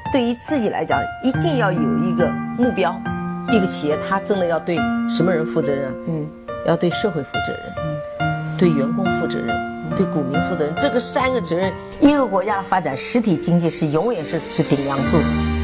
对于自己来讲，一定要有一个目标。一个企业它真的要对什么人负责任啊？要对社会负责任，对员工负责任，对股民负责任。这个3个责任，一个国家的发展，实体经济是永远是顶梁柱。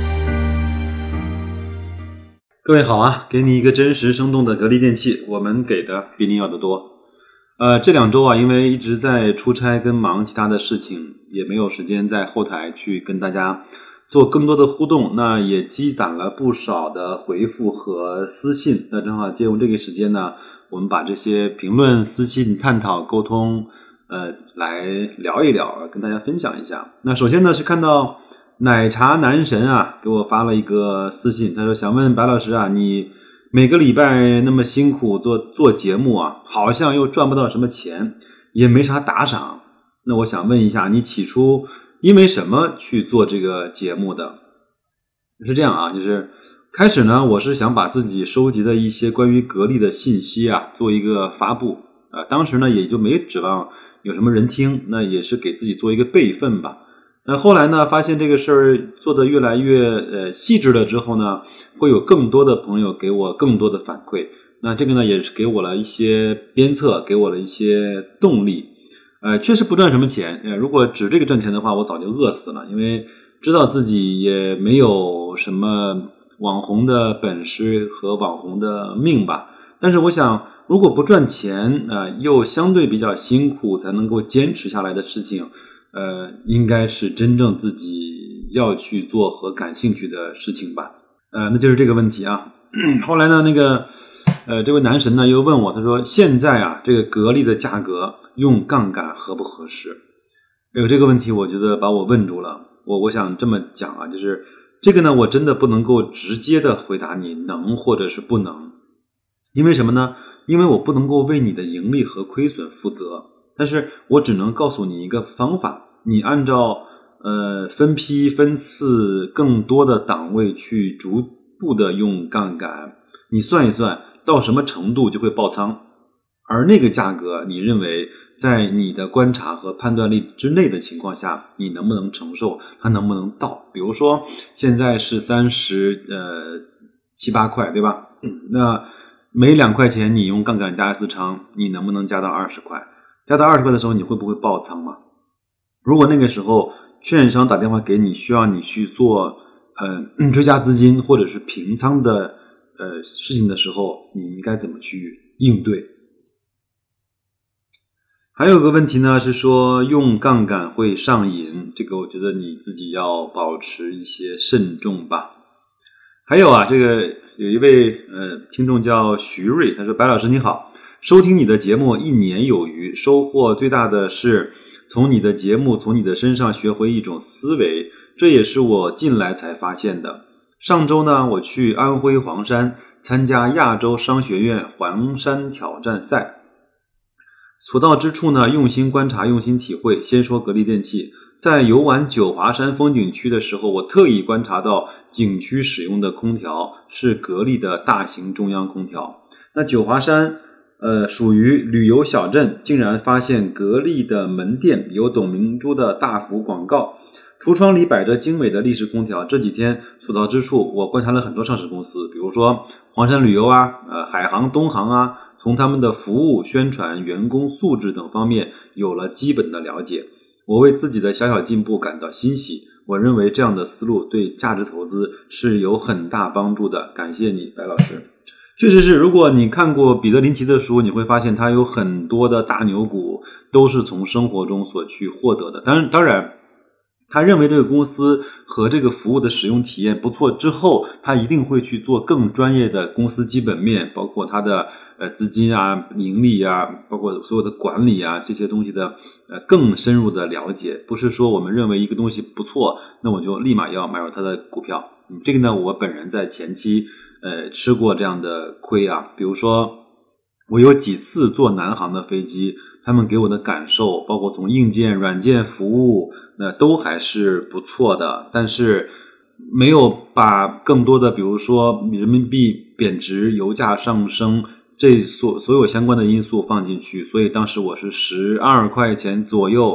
各位好啊，给你一个真实生动的格力电器，我们给的比你要的多。这2周啊，因为一直在出差跟忙其他的事情，也没有时间在后台去跟大家做更多的互动，那也积攒了不少的回复和私信。那正好借用这个时间呢，我们把这些评论、私信、探讨、沟通来聊一聊，跟大家分享一下。那首先呢是看到奶茶男神啊给我发了一个私信，他说想问白老师啊，你每个礼拜那么辛苦做节目啊，好像又赚不到什么钱，也没啥打赏，那我想问一下，你起初因为什么去做这个节目的？是这样啊，就是开始呢，我是想把自己收集的一些关于格力的信息啊做一个发布当时呢也就没指望有什么人听，那也是给自己做一个备份吧。那后来呢，发现这个事儿做得越来越细致了之后呢，会有更多的朋友给我更多的反馈。那这个呢，也是给我了一些鞭策，给我了一些动力。确实不赚什么钱，如果只这个赚钱的话，我早就饿死了，因为知道自己也没有什么网红的本事和网红的命吧。但是我想，如果不赚钱又相对比较辛苦才能够坚持下来的事情，应该是真正自己要去做和感兴趣的事情吧。那就是这个问题啊。后来呢，这位男神呢又问我，他说现在啊，这个格力的价格用杠杆合不合适？这个问题我觉得把我问住了。我想这么讲啊，就是这个呢，我真的不能够直接的回答你能或者是不能。因为什么呢？因为我不能够为你的盈利和亏损负责，但是我只能告诉你一个方法，你按照分批分次更多的档位去逐步的用杠杆，你算一算到什么程度就会爆仓，而那个价格你认为在你的观察和判断力之内的情况下，你能不能承受，它能不能到？比如说现在是37、8块，对吧？那每2块钱你用杠杆加一次仓，你能不能加到20块？加到20块的时候，你会不会爆仓嘛？如果那个时候券商打电话给你，需要你去做追加资金或者是平仓的事情的时候，你应该怎么去应对？还有个问题呢，是说用杠杆会上瘾，这个我觉得你自己要保持一些慎重吧。还有啊，这个有一位听众叫徐瑞，他说白老师你好，收听你的节目1年有余，收获最大的是从你的节目从你的身上学会一种思维，这也是我近来才发现的。上周呢，我去安徽黄山参加亚洲商学院黄山挑战赛，所到之处呢，用心观察，用心体会。先说格力电器，在游玩九华山风景区的时候，我特意观察到景区使用的空调是格力的大型中央空调。那九华山属于旅游小镇，竟然发现格力的门店有董明珠的大幅广告，橱窗里摆着精美的立式空调。这几天所到之处，我观察了很多上市公司，比如说黄山旅游啊、海航、东航啊，从他们的服务、宣传、员工素质等方面有了基本的了解。我为自己的小小进步感到欣喜，我认为这样的思路对价值投资是有很大帮助的。感谢你，白老师。确实是，如果你看过彼得林奇的书，你会发现他有很多的大牛股都是从生活中所去获得的。当然他认为这个公司和这个服务的使用体验不错之后，他一定会去做更专业的公司基本面，包括他的资金啊、盈利啊，包括所有的管理啊这些东西的更深入的了解。不是说我们认为一个东西不错，那我就立马要买入它的股票。这个呢，我本人在前期吃过这样的亏啊。比如说我有几次坐南航的飞机，他们给我的感受，包括从硬件、软件、服务，都还是不错的，但是没有把更多的，比如说人民币贬值、油价上升，这所有相关的因素放进去，所以当时我是12块钱左右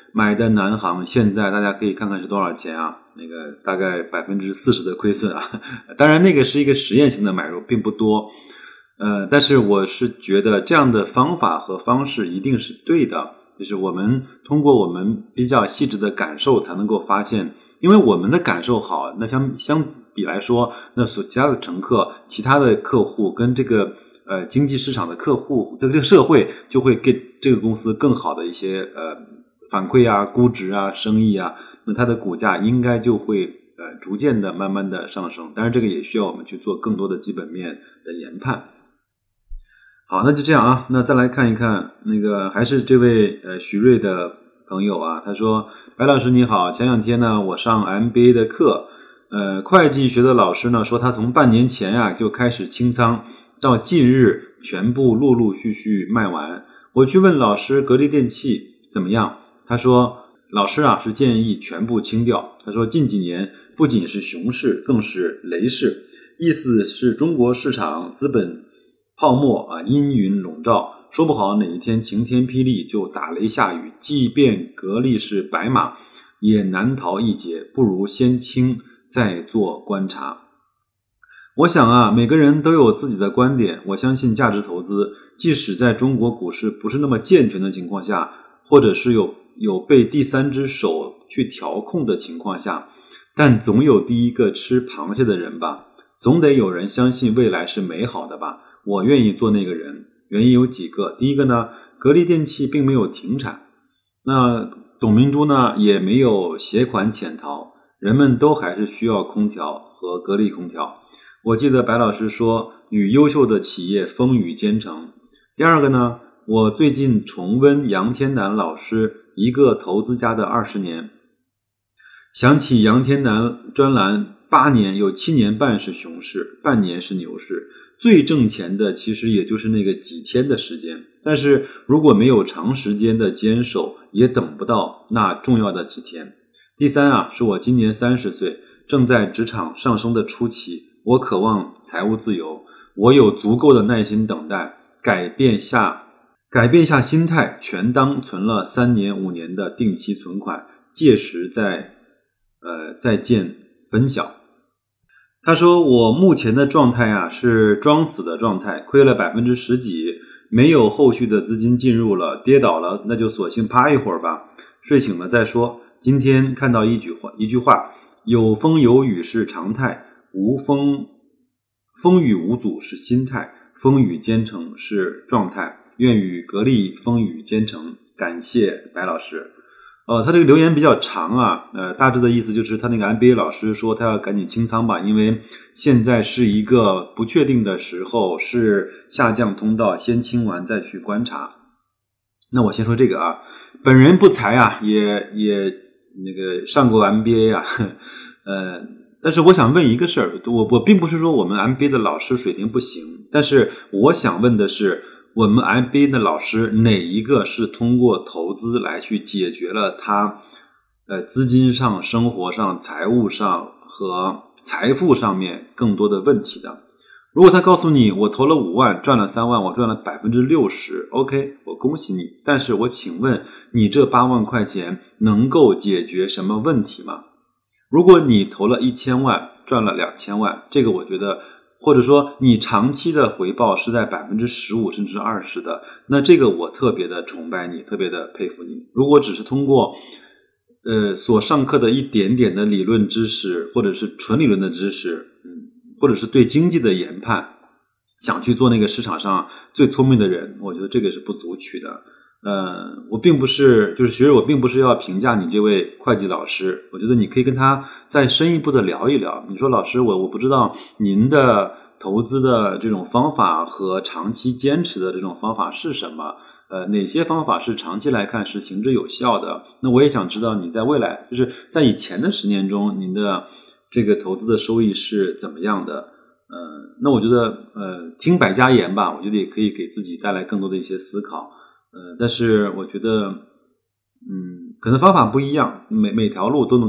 买的南航现在大家可以看看是多少钱啊，那个大概40%的亏损啊，当然那个是一个实验性的买入，并不多。但是我是觉得这样的方法和方式一定是对的，就是我们通过我们比较细致的感受才能够发现，因为我们的感受好，那相比来说，那其他的乘客、其他的客户跟这个经济市场的客户，这个社会就会给这个公司更好的一些反馈啊、估值啊、生意啊，那它的股价应该就会逐渐的、慢慢的上升。当然，这个也需要我们去做更多的基本面的研判。好，那就这样啊。那再来看一看那个还是这位徐瑞的朋友啊，他说：白老师你好，前2天呢我上 MBA 的课，会计学的老师呢说他从半年前啊就开始清仓，到近日全部陆续卖完。我去问老师格力电器怎么样，他说老师啊是建议全部清掉。他说近几年不仅是熊市，更是雷市，意思是中国市场资本泡沫啊，阴云笼罩，说不好哪一天晴天霹雳就打雷下雨，即便格力是白马，也难逃一劫，不如先清再做观察。我想啊，每个人都有自己的观点，我相信价值投资，即使在中国股市不是那么健全的情况下，或者是有被第三只手去调控的情况下，但总有第一个吃螃蟹的人吧，总得有人相信未来是美好的吧。我愿意做那个人，原因有几个。第一个呢，格力电器并没有停产，那董明珠呢也没有携款潜逃，人们都还是需要空调和格力空调。我记得白老师说与优秀的企业风雨兼程。第二个呢，我最近重温杨天南老师一个投资家的20年，想起杨天南专栏8年有7年半是熊市，半年是牛市，最挣钱的其实也就是那个几天的时间，但是如果没有长时间的坚守，也等不到那重要的几天。第三啊，是我今年30岁，正在职场上升的初期，我渴望财务自由，我有足够的耐心等待，改变下心态，全当存了3年5年的定期存款，届时再见分晓。他说我目前的状态啊是装死的状态，亏了10%几，没有后续的资金进入了，跌倒了那就索性趴一会儿吧，睡醒了再说。今天看到一句话，有风有雨是常态，风雨无阻是心态，风雨兼程是状态。愿与格力风雨兼程，感谢白老师。他这个留言比较长啊，大致的意思就是他那个 MBA 老师说他要赶紧清仓吧，因为现在是一个不确定的时候，是下降通道，先清完再去观察。那我先说这个啊，本人不才啊，也那个上过 MBA 啊，但是我想问一个事儿，我并不是说我们 MBA 的老师水平不行，但是我想问的是，我们 MBA 的老师哪一个是通过投资来去解决了他资金上、生活上、财务上和财富上面更多的问题的？如果他告诉你我投了5万赚了3万，我赚了60%， OK， 我恭喜你，但是我请问你这8万块钱能够解决什么问题吗？如果你投了1000万赚了2000万，这个我觉得，或者说你长期的回报是在15%甚至20%的，那这个我特别的崇拜你，特别的佩服你。如果只是通过所上课的一点点的理论知识，或者是纯理论的知识，或者是对经济的研判，想去做那个市场上最聪明的人，我觉得这个是不足取的。我并不是就是学者，我并不是要评价你这位会计老师，我觉得你可以跟他再深一步的聊一聊。你说老师，我不知道您的投资的这种方法和长期坚持的这种方法是什么？哪些方法是长期来看是行之有效的？那我也想知道你在未来，就是在以前的10年中，您的这个投资的收益是怎么样的？那我觉得听百家言吧，我觉得也可以给自己带来更多的一些思考。但是我觉得可能方法不一样，每条路都能够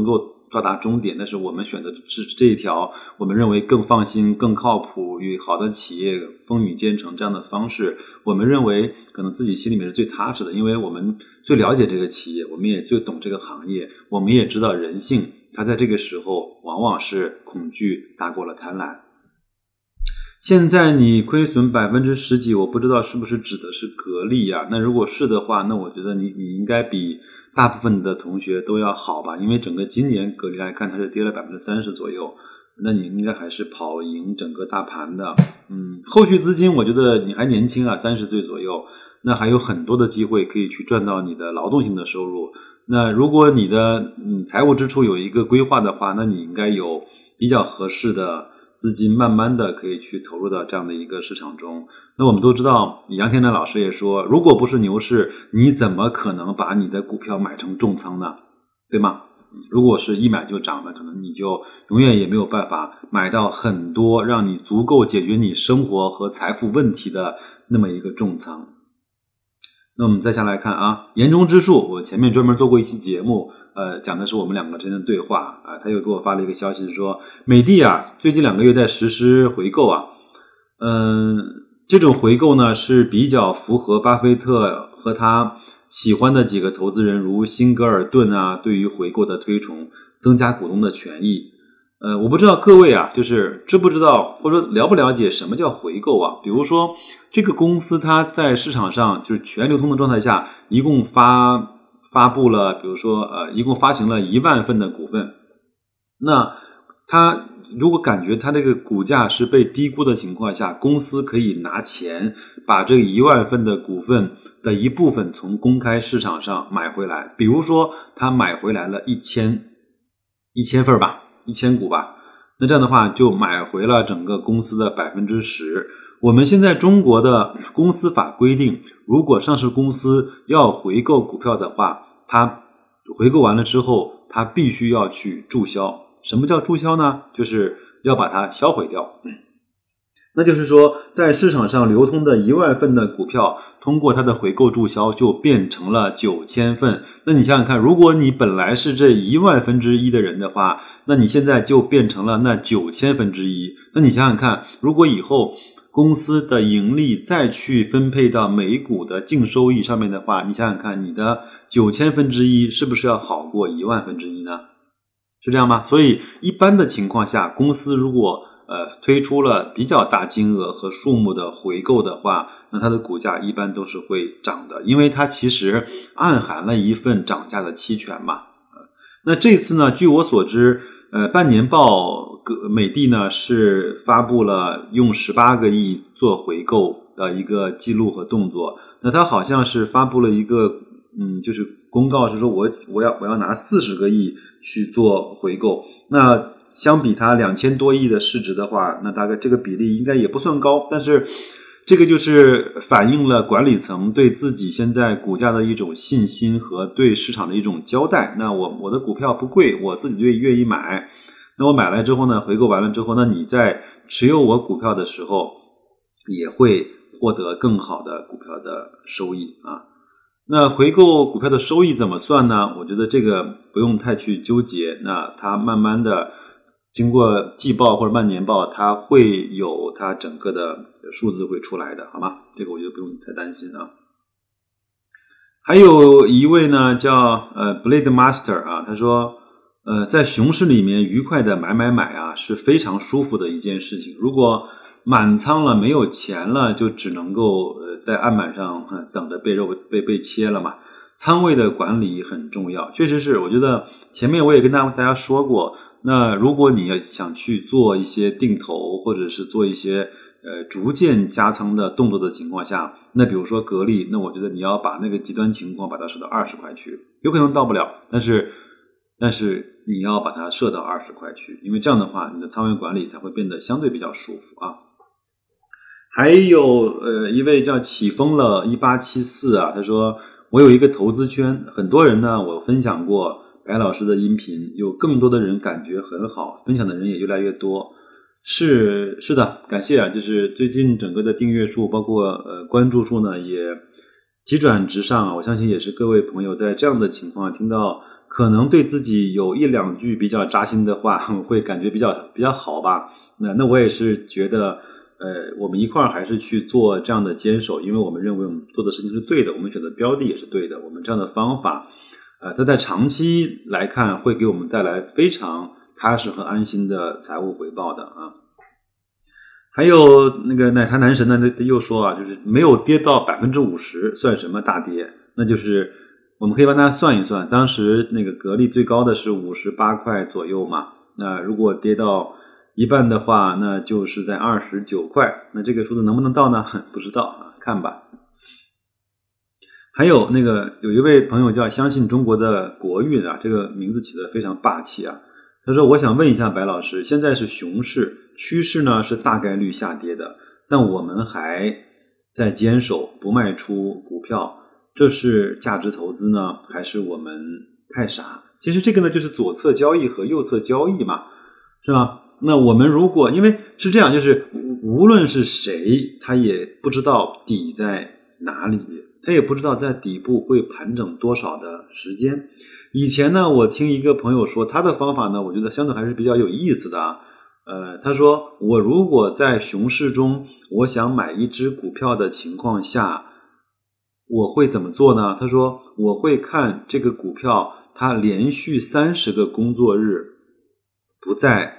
到达终点，但是我们选择的是这一条我们认为更放心、更靠谱、与好的企业风雨兼程这样的方式，我们认为可能自己心里面是最踏实的，因为我们最了解这个企业，我们也最懂这个行业，我们也知道人性，它在这个时候往往是恐惧大过了贪婪。现在你亏损10%几，我不知道是不是指的是格力啊？那如果是的话，那我觉得你应该比大部分的同学都要好吧，因为整个今年格力来看它是跌了30%左右，那你应该还是跑赢整个大盘的。后续资金我觉得你还年轻啊，30岁左右，那还有很多的机会可以去赚到你的劳动性的收入。那如果你的财务支出有一个规划的话，那你应该有比较合适的资金慢慢的可以去投入到这样的一个市场中。那我们都知道，杨天南老师也说，如果不是牛市，你怎么可能把你的股票买成重仓呢？对吗？如果是一买就涨的，可能你就永远也没有办法买到很多让你足够解决你生活和财富问题的那么一个重仓。那我们再下来看啊，言中之树，我前面专门做过一期节目，讲的是我们两个之间的对话啊。他又给我发了一个消息说，美的啊，最近2个月在实施回购啊，这种回购呢是比较符合巴菲特和他喜欢的几个投资人，如辛格尔顿啊，对于回购的推崇，增加股东的权益。我不知道各位啊，就是知不知道或者说了不了解什么叫回购啊？比如说这个公司它在市场上就是全流通的状态下，一共发布了，比如说一共发行了1万份的股份。那它如果感觉它这个股价是被低估的情况下，公司可以拿钱把这1万份的股份的一部分从公开市场上买回来。比如说它买回来了1000份吧，1000股吧，那这样的话就买回了整个公司的10%。我们现在中国的公司法规定，如果上市公司要回购股票的话，它回购完了之后，它必须要去注销。什么叫注销呢？就是要把它销毁掉。那就是说，在市场上流通的1万份的股票，通过它的回购注销就变成了9000份。那你想想看，如果你本来是这1万分之一的人的话，那你现在就变成了那9000分之一。那你想想看，如果以后公司的盈利再去分配到每股的净收益上面的话，你想想看，你的9000分之一是不是要好过1万分之一呢？是这样吗？所以一般的情况下，公司如果推出了比较大金额和数目的回购的话，那它的股价一般都是会涨的，因为它其实暗含了一份涨价的期权嘛。那这次呢，据我所知，半年报美的呢是发布了用18个亿做回购的一个记录和动作。那它好像是发布了一个就是公告，是说我要拿40个亿去做回购。那相比它2000多亿的市值的话，那大概这个比例应该也不算高，但是这个就是反映了管理层对自己现在股价的一种信心和对市场的一种交代。那我的股票不贵，我自己就愿意买。那我买来之后呢，回购完了之后，那你在持有我股票的时候也会获得更好的股票的收益啊。那回购股票的收益怎么算呢？我觉得这个不用太去纠结，那它慢慢的经过季报或者半年报，它会有它整个的数字会出来的，好吗？这个我觉得不用太担心啊。还有一位呢叫Blade Master 啊，他说在熊市里面愉快的买啊是非常舒服的一件事情。如果满仓了没有钱了，就只能够在案板上等着被切了嘛。仓位的管理很重要，确实是，我觉得前面我也跟大家说过，那如果你要想去做一些定投，或者是做一些逐渐加仓的动作的情况下，那比如说格力，那我觉得你要把那个极端情况把它设到20块去，有可能到不了，但是你要把它设到20块去，因为这样的话你的仓位管理才会变得相对比较舒服啊。还有一位叫起风了1874啊，他说我有一个投资圈，很多人呢我分享过白老师的音频，有更多的人感觉很好，分享的人也越来越多。是的，感谢啊，就是最近整个的订阅数包括关注数呢也急转直上啊，我相信也是各位朋友在这样的情况听到可能对自己有一两句比较扎心的话，会感觉比较好吧。那我也是觉得，我们一块儿还是去做这样的坚守，因为我们认为我们做的事情是对的，我们选择标的也是对的，我们这样的方法，在长期来看会给我们带来非常踏实和安心的财务回报的啊。还有那个奶茶男神呢，他又说啊，就是没有跌到 50% 算什么大跌？那就是我们可以帮大家算一算，当时那个格力最高的是58块左右嘛，那如果跌到一半的话，那就是在29块，那这个数字能不能到呢？不知道啊，看吧。还有那个有一位朋友叫相信中国的国运啊，这个名字起得非常霸气啊。他说我想问一下白老师，现在是熊市，趋势呢是大概率下跌的，但我们还在坚守不卖出股票，这是价值投资呢，还是我们太傻？其实这个呢就是左侧交易和右侧交易嘛，是吧？那我们如果因为是这样，就是无论是谁，他也不知道底在哪里，他也不知道在底部会盘整多少的时间。以前呢，我听一个朋友说，他的方法呢，我觉得相对还是比较有意思的啊。他说我如果在熊市中，我想买一只股票的情况下，我会怎么做呢？他说我会看这个股票它连续30个工作日不再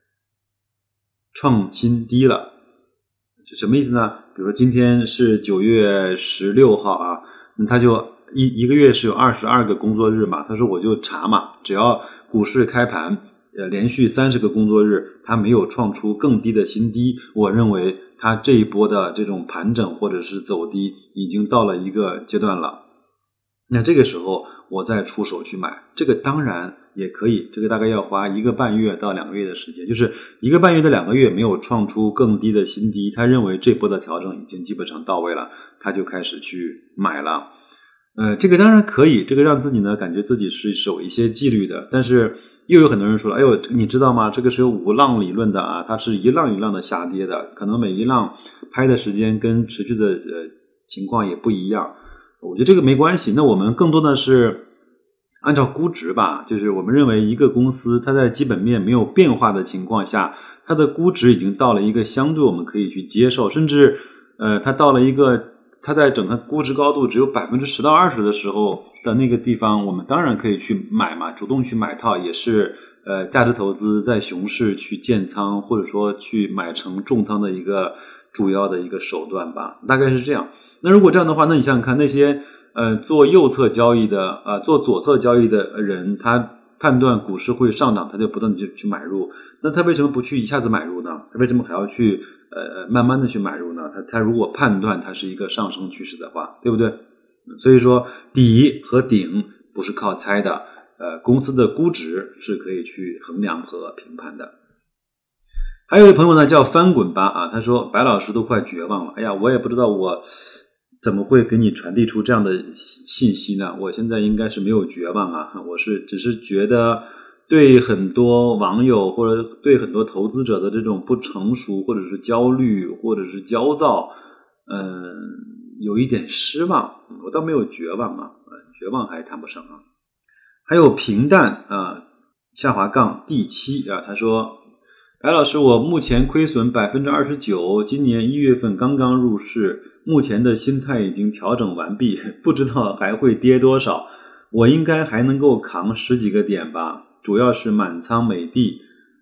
创新低了。什么意思呢？比如说今天是9月16号啊，那他就一个月是有22个工作日嘛，他说我就查嘛，只要股市开盘连续30个工作日它没有创出更低的新低，我认为它这一波的这种盘整或者是走低已经到了一个阶段了，那这个时候我再出手去买，这个当然也可以，这个大概要花1个半月到2个月的时间，就是1个半月到2个月没有创出更低的新低，他认为这波的调整已经基本上到位了，他就开始去买了。这个当然可以，这个让自己呢感觉自己是守一些纪律的，但是又有很多人说了，哎呦，你知道吗？这个是有5浪理论的啊，它是一浪一浪的下跌的，可能每一浪拍的时间跟持续的情况也不一样。我觉得这个没关系，那我们更多的是按照估值吧，就是我们认为一个公司它在基本面没有变化的情况下，它的估值已经到了一个相对我们可以去接受，甚至它到了一个它在整个估值高度只有 10%到20% 的时候的那个地方，我们当然可以去买嘛，主动去买套，也是价值投资在熊市去建仓或者说去买成重仓的一个主要的一个手段吧，大概是这样。那如果这样的话，那你想想看，那些做右侧交易的做左侧交易的人，他判断股市会上涨，他就不断的去买入，那他为什么不去一下子买入呢？他为什么还要去慢慢的去买入呢？他如果判断它是一个上升趋势的话，对不对？所以说底和顶不是靠猜的，公司的估值是可以去衡量和评判的。还有一位朋友呢叫翻滚吧啊，他说白老师都快绝望了，哎呀，我也不知道我怎么会给你传递出这样的信息呢？我现在应该是没有绝望啊，我只是觉得对很多网友或者对很多投资者的这种不成熟或者是焦虑或者是焦躁有一点失望，我倒没有绝望啊，绝望还谈不上啊。还有平淡啊下滑杠第7啊，他说白老师，我目前亏损 29%， 今年1月份刚刚入市，目前的心态已经调整完毕，不知道还会跌多少，我应该还能够扛10几个点吧，主要是满仓美的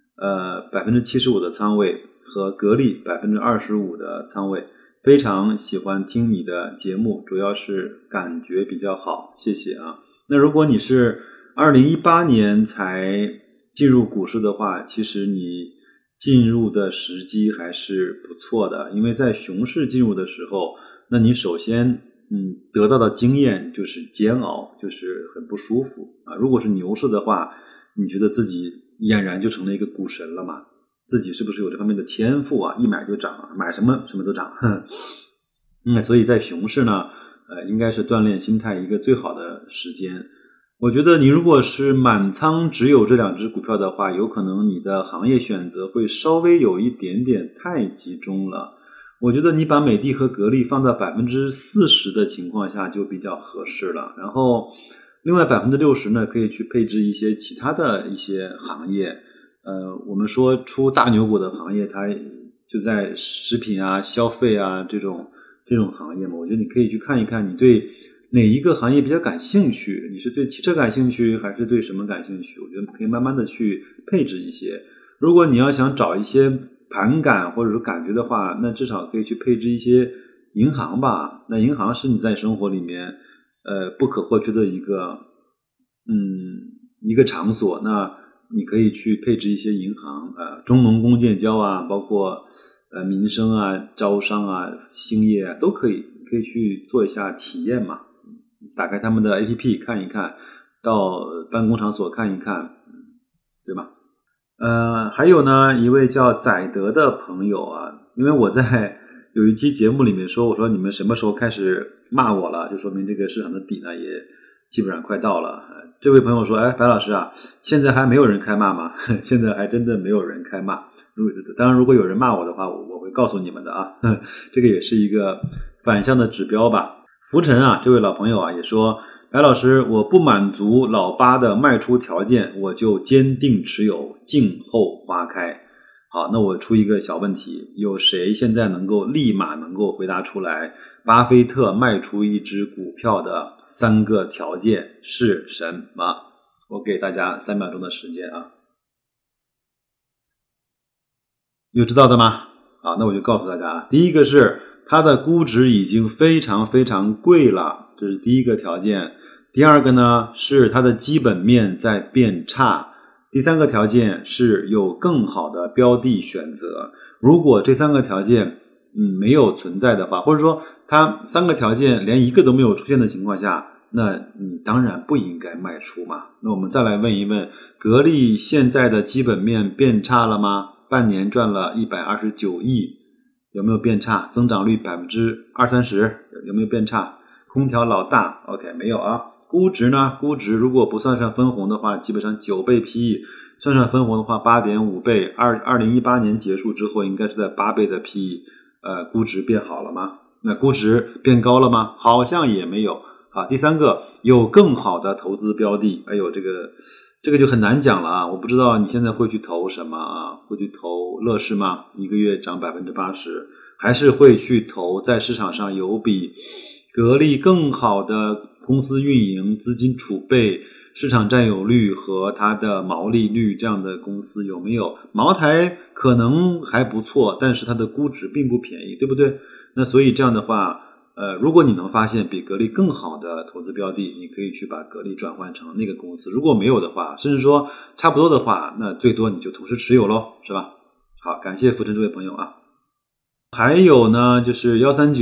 75%的仓位和格力25%的仓位，非常喜欢听你的节目，主要是感觉比较好，谢谢啊。那如果你是2018年才进入股市的话，其实你进入的时机还是不错的，因为在熊市进入的时候，那你首先得到的经验就是煎熬，就是很不舒服啊。如果是牛市的话，你觉得自己俨然就成了一个股神了嘛？自己是不是有这方面的天赋啊？一买就涨，买什么什么都涨。所以在熊市呢，应该是锻炼心态一个最好的时间。我觉得你如果是满仓只有这2只股票的话，有可能你的行业选择会稍微有一点点太集中了。我觉得你把美的和格力放到 40% 的情况下就比较合适了。然后另外60%呢可以去配置一些其他的一些行业。我们说出大牛股的行业，它就在食品啊、消费啊这种行业嘛。我觉得你可以去看一看，你对哪一个行业比较感兴趣？你是对汽车感兴趣，还是对什么感兴趣？我觉得可以慢慢的去配置一些。如果你要想找一些盘感或者说感觉的话，那至少可以去配置一些银行吧。那银行是你在生活里面不可或缺的一个场所。那你可以去配置一些银行，中农工建交啊，包括民生啊、招商啊、兴业啊，都可以去做一下体验嘛。打开他们的 APP 看一看，到办公场所看一看，对吧？还有呢，一位叫载德的朋友啊，因为我在有一期节目里面说，我说你们什么时候开始骂我了，就说明这个市场的底呢也基本上快到了。这位朋友说，白老师啊，现在还没有人开骂吗？现在还真的没有人开骂。当然如果有人骂我的话，我会告诉你们的啊。这个也是一个反向的指标吧。浮尘啊，这位老朋友啊也说，白老师，我不满足老八的卖出条件，我就坚定持有，静候花开。好，那我出一个小问题，有谁现在立马能够回答出来巴菲特卖出一只股票的3个条件是什么？我给大家3秒钟的时间啊。有知道的吗？好，那我就告诉大家啊，第一个是它的估值已经非常非常贵了，这是第一个条件。第二个呢，是它的基本面在变差。第三个条件是有更好的标的选择。如果这3个条件没有存在的话，或者说它3个条件连一个都没有出现的情况下，那你当然不应该卖出嘛。那我们再来问一问，格力现在的基本面变差了吗？半年赚了129亿，有没有变差？增长率20-30%，有没有变差？空调老大 OK 没有啊。估值呢？估值如果不算上分红的话，基本上9倍 PE， 算上分红的话 8.5 倍。2018年结束之后应该是在8倍的 PE。估值变好了吗？那估值变高了吗？好像也没有啊。第三个，有更好的投资标的。哎呦，这个就很难讲了啊！我不知道你现在会去投什么啊？会去投乐视吗？一个月涨80%，还是会去投在市场上有比格力更好的公司运营、资金储备、市场占有率和它的毛利率这样的公司有没有？茅台可能还不错，但是它的估值并不便宜，对不对？那所以这样的话，如果你能发现比格力更好的投资标的，你可以去把格力转换成那个公司。如果没有的话，甚至说差不多的话，那最多你就同时持有咯，是吧？好，感谢浮尘这位朋友啊。还有呢，就是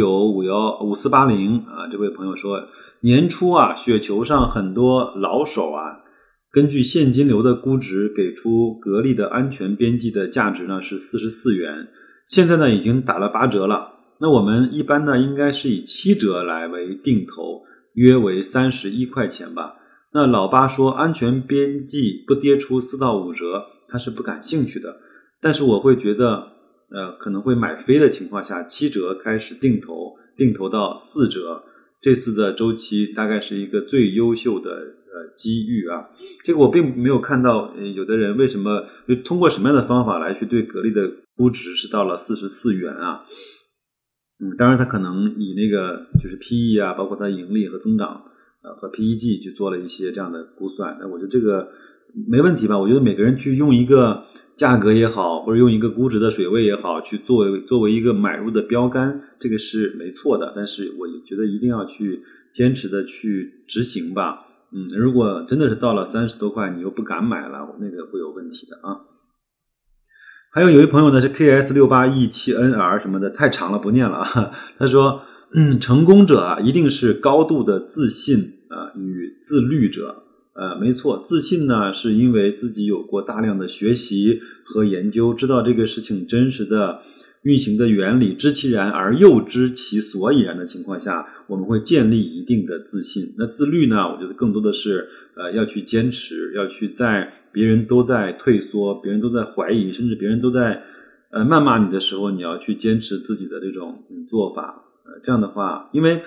139515480啊，这位朋友说，年初啊，雪球上很多老手啊，根据现金流的估值给出格力的安全边际的价值呢是44元，现在呢已经打了8折了。那我们一般呢应该是以7折来为定投，约为31块钱吧。那老八说安全边际不跌出4到5折，他是不感兴趣的。但是我会觉得可能会买飞的情况下，7折开始定投到4折，这次的周期大概是一个最优秀的机遇啊。这个我并没有看到有的人为什么就通过什么样的方法来去对格力的估值是到了44元啊。当然他可能以那个就是 PE 啊，包括它盈利和增长和 PEG 去做了一些这样的估算。那我觉得这个没问题吧？我觉得每个人去用一个价格也好，或者用一个估值的水位也好，去作为一个买入的标杆，这个是没错的。但是我也觉得一定要去坚持的去执行吧。如果真的是到了30多块，你又不敢买了，那个会有问题的啊。还有一位朋友呢是 KS68E7NR 什么的，太长了不念了啊。他说成功者啊一定是高度的自信与自律者。没错，自信呢是因为自己有过大量的学习和研究，知道这个事情真实的运行的原理，知其然而又知其所以然的情况下，我们会建立一定的自信。那自律呢，我觉得更多的是要去坚持，要去在别人都在退缩，别人都在怀疑，甚至别人都在谩骂你的时候，你要去坚持自己的这种做法。这样的话，因为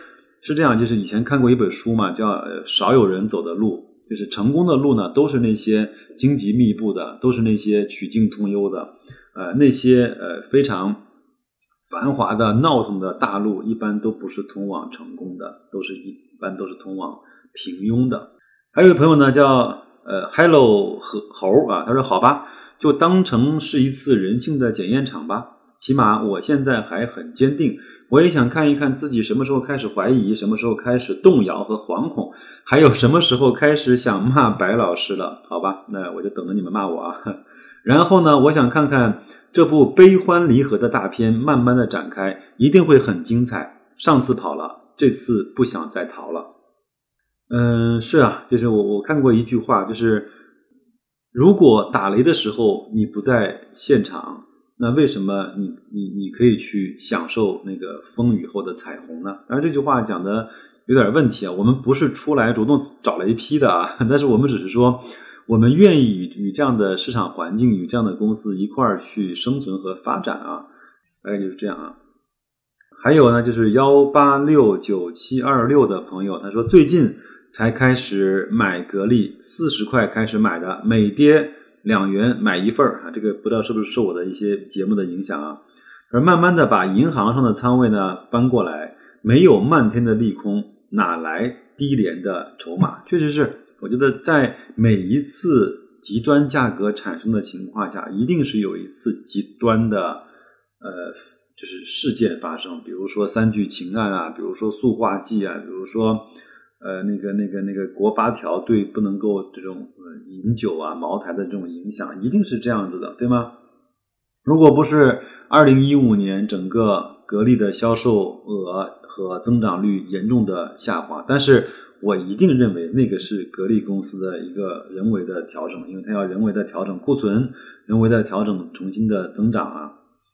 是这样，就是以前看过一本书嘛，叫少有人走的路，就是成功的路呢，都是那些荆棘密布的，都是那些曲径通幽的，那些非常繁华的闹腾的大路，一般都不是通往成功的，一般都是通往平庸的。还有一个朋友呢，叫Hello 猴啊，他说好吧，就当成是一次人性的检验场吧。起码我现在还很坚定，我也想看一看自己什么时候开始怀疑，什么时候开始动摇和惶恐，还有什么时候开始想骂白老师了。好吧，那我就等着你们骂我啊。然后呢，我想看看这部悲欢离合的大片慢慢的展开，一定会很精彩。上次跑了，这次不想再逃了。是啊，就是我看过一句话，就是如果打雷的时候你不在现场，那为什么你可以去享受那个风雨后的彩虹呢？当然这句话讲的有点问题啊，我们不是出来主动找雷劈的啊，但是我们只是说我们愿意与这样的市场环境与这样的公司一块儿去生存和发展啊，大概就是这样啊。还有呢，就是1869726的朋友，他说最近才开始买格力，40块开始买的，每跌2元买一份啊，这个不知道是不是受我的一些节目的影响啊。而慢慢的把银行上的仓位呢搬过来，没有漫天的利空，哪来低廉的筹码？确实是，我觉得在每一次极端价格产生的情况下，一定是有一次极端的就是事件发生，比如说3聚氰胺啊，比如说塑化剂啊，比如说那个国8条对不能够这种饮酒啊茅台的这种影响，一定是这样子的，对吗？如果不是2015年整个格力的销售额和增长率严重的下滑，但是我一定认为那个是格力公司的一个人为的调整，因为它要人为的调整库存，人为的调整重新的增长啊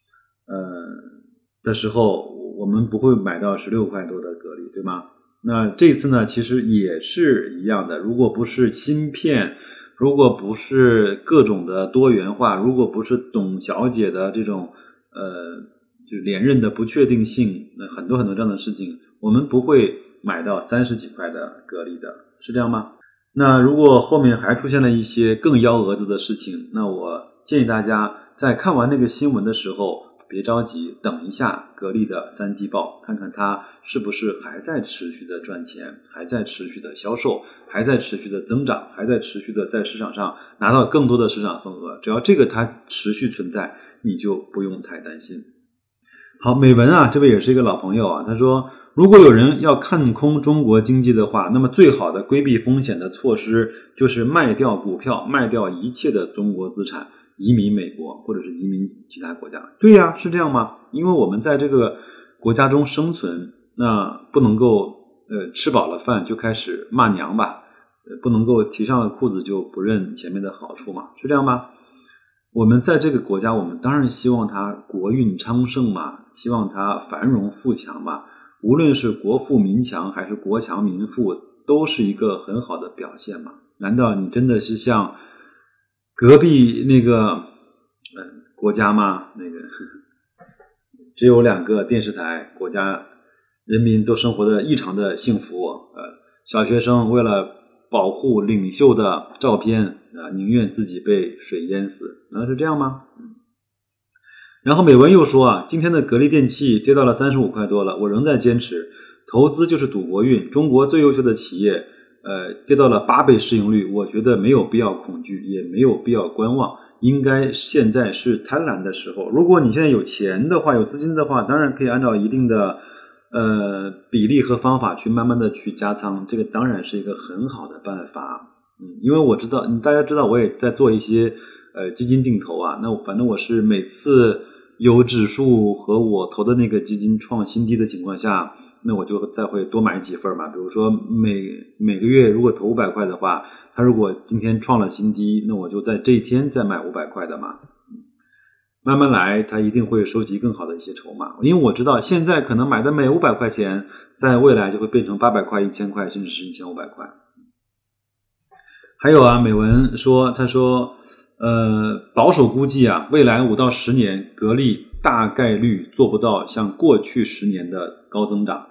的时候，我们不会买到16块多的格力，对吗？那这次呢，其实也是一样的，如果不是芯片，如果不是各种的多元化，如果不是董小姐的这种就是连任的不确定性，那很多这样的事情，我们不会买到30几块的格力的，是这样吗？那如果后面还出现了一些更幺蛾子的事情，那我建议大家在看完那个新闻的时候别着急，等一下格力的3季报，看看它是不是还在持续的赚钱，还在持续的销售，还在持续的增长，还在持续的在市场上拿到更多的市场份额，只要这个它持续存在，你就不用太担心。好，美文啊，这位也是一个老朋友啊，他说如果有人要看空中国经济的话，那么最好的规避风险的措施就是卖掉股票，卖掉一切的中国资产，移民美国或者是移民其他国家。对呀，是这样吗？因为我们在这个国家中生存，那不能够吃饱了饭就开始骂娘吧，不能够提上了裤子就不认前面的好处嘛，是这样吗？我们在这个国家，我们当然希望它国运昌盛嘛，希望它繁荣富强嘛，无论是国富民强还是国强民富，都是一个很好的表现嘛。难道你真的是像隔壁那个国家吗？那个只有2个电视台，国家人民都生活的异常的幸福，小学生为了保护领袖的照片宁愿自己被水淹死，是这样吗？然后美文又说啊，今天的格力电器跌到了35块多了，我仍在坚持，投资就是赌国运，中国最优秀的企业跌到了8倍市盈率，我觉得没有必要恐惧，也没有必要观望，应该现在是贪婪的时候。如果你现在有钱的话，有资金的话，当然可以按照一定的比例和方法去慢慢的去加仓，这个当然是一个很好的办法。因为我知道大家知道我也在做一些基金定投啊，那反正我是每次有指数和我投的那个基金创新低的情况下，那我就再会多买几份嘛。比如说每个月如果投500块的话，它如果今天创了新低，那我就在这一天再买500块的嘛。慢慢来，它一定会收集更好的一些筹码，因为我知道现在可能买的每500块钱，在未来就会变成800块、1000块，甚至是1500块。还有啊，美文说，他说保守估计啊，未来5到10年格力大概率做不到像过去10年的高增长，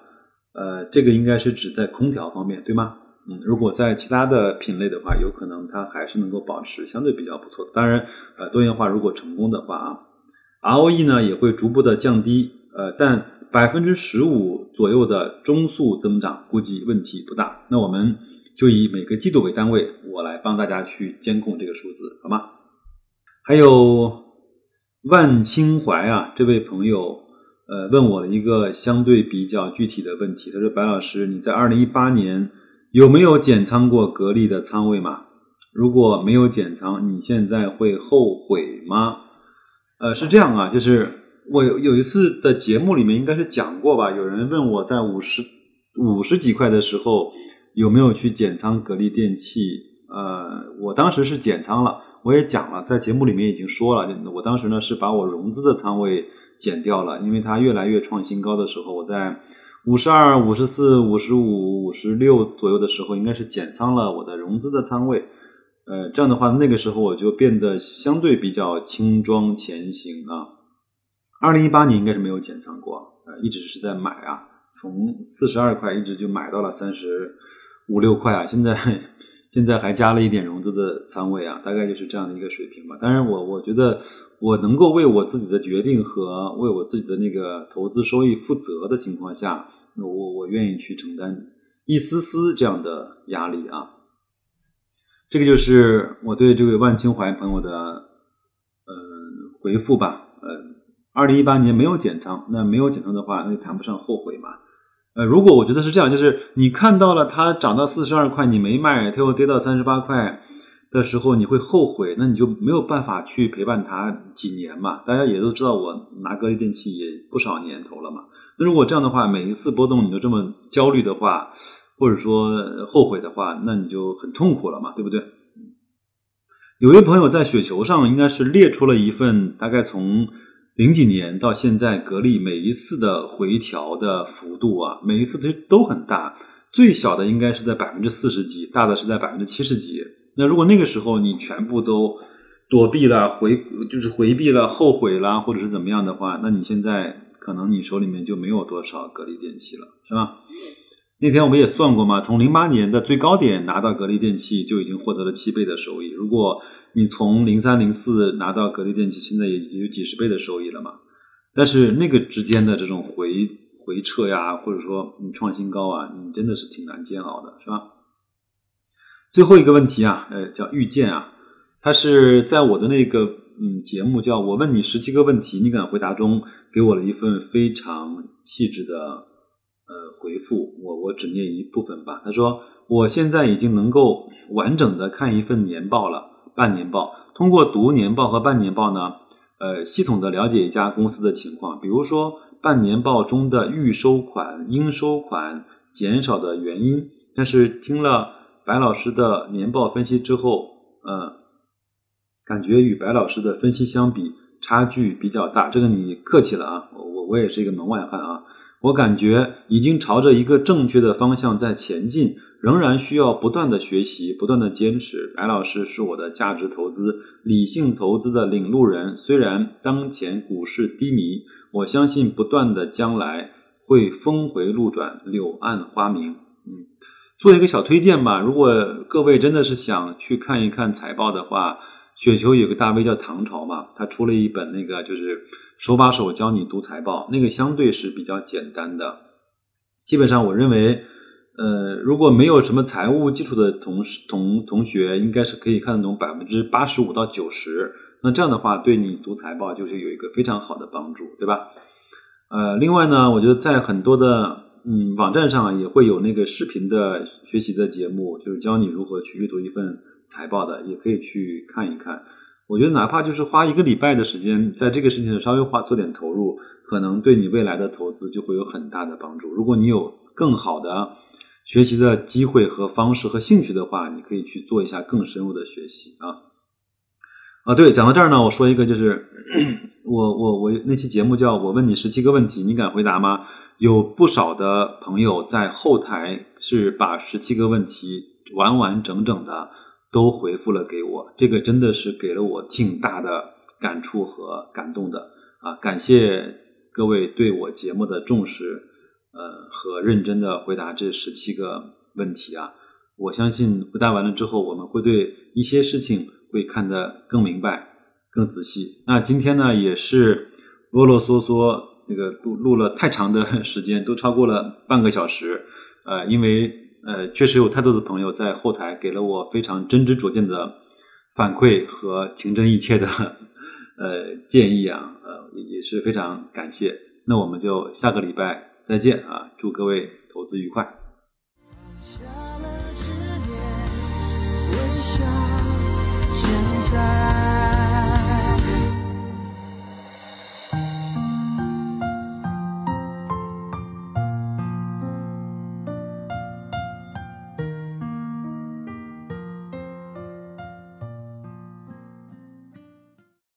这个应该是指在空调方面，对吗？如果在其他的品类的话，有可能它还是能够保持相对比较不错的。当然，多元化如果成功的话ROE 呢也会逐步的降低，但15%左右的中速增长估计问题不大。那我们就以每个季度为单位，我来帮大家去监控这个数字，好吗？还有万清怀这位朋友问我了一个相对比较具体的问题，他说白老师，你在2018年有没有减仓过格力的仓位吗？如果没有减仓，你现在会后悔吗？是这样就是我有一次的节目里面应该是讲过吧，有人问我在50几块的时候有没有去减仓格力电器，我当时是减仓了，我也讲了，在节目里面已经说了，我当时呢是把我融资的仓位减掉了，因为它越来越创新高的时候，我在52、54、55、56左右的时候应该是减仓了我的融资的仓位，这样的话那个时候我就变得相对比较轻装前行2018年应该是没有减仓过，一直是在买从42块一直就买到了35、6块现在还加了一点融资的仓位大概就是这样的一个水平吧。当然我觉得我能够为我自己的决定和为我自己的那个投资收益负责的情况下，我愿意去承担一丝丝这样的压力这个就是我对这位万清怀朋友的回复吧。2018年没有减仓，那没有减仓的话那就谈不上后悔嘛。如果我觉得是这样，就是你看到了它涨到42块你没卖，它又跌到38块的时候你会后悔，那你就没有办法去陪伴它几年嘛。大家也都知道我拿格力电器也不少年头了嘛。那如果这样的话，每一次波动你都这么焦虑的话，或者说后悔的话，那你就很痛苦了嘛，对不对？有一位朋友在雪球上应该是列出了一份大概从00几年到现在格力每一次的回调的幅度每一次都很大，最小的应该是在40%几，大的是在70%几。那如果那个时候你全部都躲避了回避了后悔了或者是怎么样的话，那你现在可能你手里面就没有多少格力电器了，是吧？那天我们也算过嘛，从08年的最高点拿到格力电器就已经获得了7倍的收益，如果你从03、04拿到格力电器，现在也有几十倍的收益了嘛。但是那个之间的这种回撤或者说你创新高你真的是挺难煎熬的，是吧？最后一个问题叫遇见他是在我的那个节目叫我问你17个问题你敢回答中给我了一份非常细致的回复，我只念一部分吧。他说我现在已经能够完整的看一份年报了，半年报，通过读年报和半年报呢系统的了解一家公司的情况，比如说半年报中的预收款、应收款减少的原因。但是听了白老师的年报分析之后感觉与白老师的分析相比差距比较大，这个你客气了我也是一个门外汉我感觉已经朝着一个正确的方向在前进，仍然需要不断的学习，不断的坚持。白老师是我的价值投资、理性投资的领路人，虽然当前股市低迷，我相信不断的将来会峰回路转，柳暗花明。做一个小推荐吧，如果各位真的是想去看一看财报的话，雪球有个大 V 叫唐朝嘛，他出了一本那个就是手把手教你读财报，那个相对是比较简单的。基本上我认为如果没有什么财务基础的同学应该是可以看得懂85%到90%，那这样的话对你读财报就是有一个非常好的帮助，对吧？另外呢，我觉得在很多的网站上也会有那个视频的学习的节目，就是教你如何去阅读一份财报的，也可以去看一看。我觉得哪怕就是花1个礼拜的时间在这个事情上稍微做点投入，可能对你未来的投资就会有很大的帮助。如果你有更好的学习的机会和方式和兴趣的话，你可以去做一下更深入的学习对，讲到这儿呢，我说一个就是我那期节目叫我问你17个问题你敢回答吗？有不少的朋友在后台是把17个问题完完整整的都回复了给我，这个真的是给了我挺大的感触和感动的感谢各位对我节目的重视和认真的回答这17个问题啊。我相信回答完了之后，我们会对一些事情会看得更明白、更仔细。那今天呢，也是啰啰嗦嗦那个录了太长的时间，都超过了半个小时。因为确实有太多的朋友在后台给了我非常真知灼见的反馈和情真意切的建议啊，也是非常感谢。那我们就下个礼拜再见啊！祝各位投资愉快。 下了执念，微笑，现在